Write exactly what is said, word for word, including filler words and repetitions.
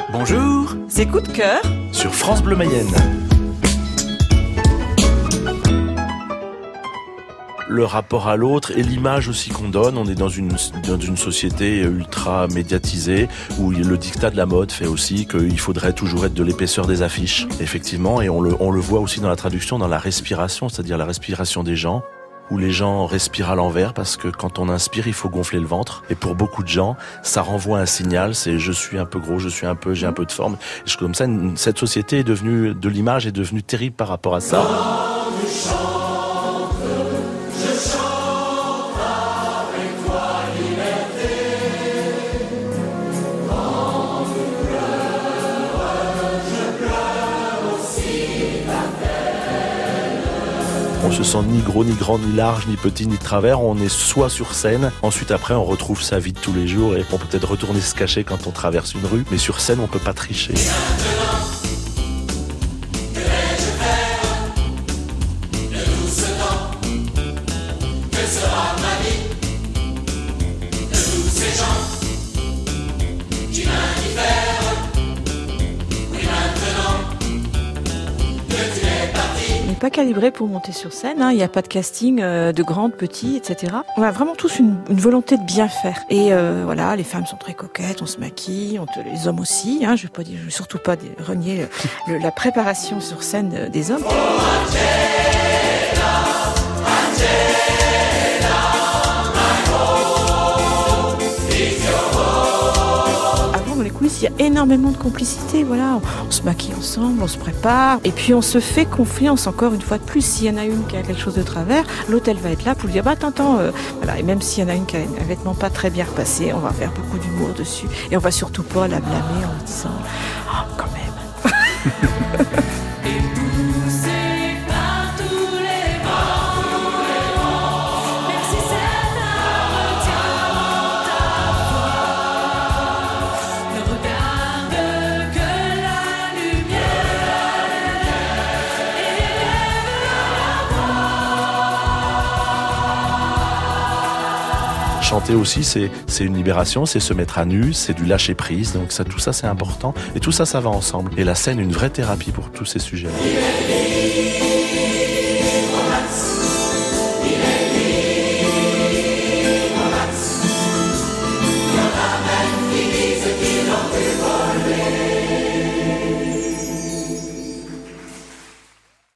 Bonjour, C'est Coup de cœur sur France Bleu Mayenne. Le rapport à l'autre et l'image aussi qu'on donne. On est dans une, dans une société ultra médiatisée où le dictat de la mode fait aussi qu'il faudrait toujours être de l'épaisseur des affiches, effectivement. Et on le, on le voit aussi dans la traduction, dans la respiration, c'est-à-dire la respiration des gens, où les gens respirent à l'envers parce que quand on inspire, il faut gonfler le ventre. Et pour beaucoup de gens, ça renvoie un signal, c'est je suis un peu gros, je suis un peu, j'ai un peu de forme. Et comme ça, cette société est devenue, de l'image est devenue terrible par rapport à ça. On se sent ni gros, ni grand, ni large, ni petit, ni de travers. On est soit sur scène, ensuite après on retrouve sa vie de tous les jours et on peut peut-être retourner se cacher quand on traverse une rue, mais sur scène on peut pas tricher. Pas calibré pour monter sur scène, hein. Il n'y a pas de casting euh, de grands, de petits, et cetera. On a vraiment tous une, une volonté de bien faire. Et euh, voilà, les femmes sont très coquettes, on se maquille, on te, les hommes aussi. Hein. Je ne veux pas dire, je veux surtout pas renier le, la préparation sur scène des hommes. Les coulisses, il y a énormément de complicité, voilà, on, on se maquille ensemble, on se prépare, et puis on se fait confiance encore une fois de plus. S'il y en a une qui a quelque chose de travers, l'autre elle va être là pour lui dire bah attends, attends euh, voilà. Et même s'il y en a une qui a un vêtement pas très bien repassé, on va faire beaucoup d'humour dessus, et on va surtout pas la blâmer en lui disant oh, quand même. Chanter aussi, c'est, c'est une libération, c'est se mettre à nu, c'est du lâcher prise, donc ça, tout ça c'est important, et tout ça, ça va ensemble. Et la scène, une vraie thérapie pour tous ces sujets-là.